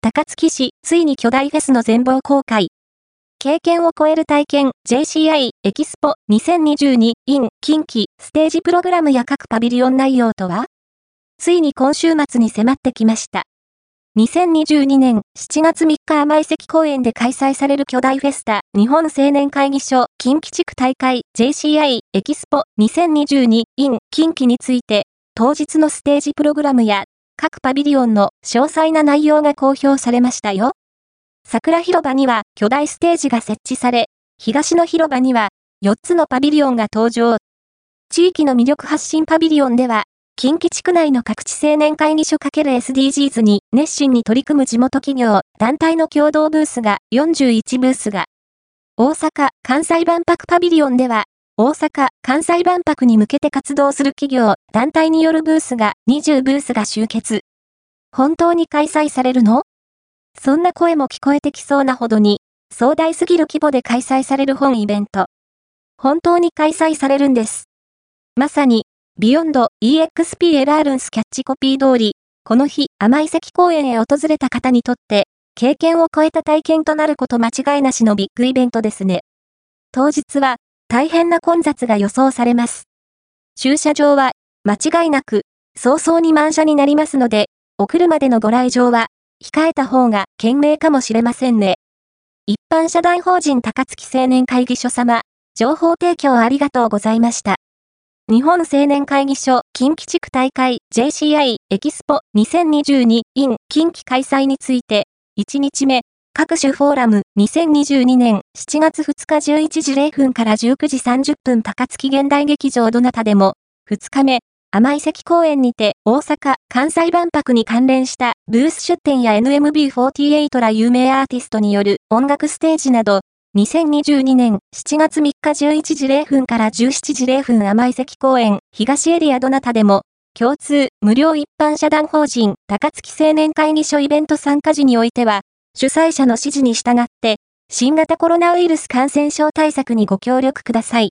高槻市、ついに巨大フェスの全貌公開。経験を超える体験、JCI エキスポ2022 in 近畿ステージプログラムや各パビリオン内容とは？ついに今週末に迫ってきました。2022年7月3日甘井関公園で開催される巨大フェスタ、日本青年会議所近畿地区大会 JCI エキスポ2022 in 近畿について、当日のステージプログラムや各パビリオンの詳細な内容が公表されましたよ。桜広場には巨大ステージが設置され、東の広場には4つのパビリオンが登場。地域の魅力発信パビリオンでは、近畿地区内の各地青年会議所 ×SDGs に熱心に取り組む地元企業、団体の共同ブースが41ブースが、大阪・関西万博パビリオンでは、大阪・関西万博に向けて活動する企業、団体によるブースが20ブースが集結。本当に開催されるの？そんな声も聞こえてきそうなほどに、壮大すぎる規模で開催される本イベント。本当に開催されるんです。まさに、ビヨンド EXP ラールンスキャッチコピー通り、この日、甘井関公園へ訪れた方にとって、経験を超えた体験となること間違いなしのビッグイベントですね。当日は、大変な混雑が予想されます。駐車場は、間違いなく、早々に満車になりますので、お車でのご来場は、控えた方が賢明かもしれませんね。一般社団法人高槻青年会議所様、情報提供ありがとうございました。日本青年会議所近畿地区大会 JCI エキスポ2022 in 近畿開催について、1日目、各種フォーラム2022年7月2日11時0分から19時30分高槻現代劇場どなたでも、2日目、甘井関公園にて大阪・関西万博に関連したブース出展や NMB48 ら有名アーティストによる音楽ステージなど、2022年7月3日11時0分から17時0分甘井関公園東エリアどなたでも、共通無料一般社団法人高槻青年会議所イベント参加時においては、主催者の指示に従って新型コロナウイルス感染症対策にご協力ください。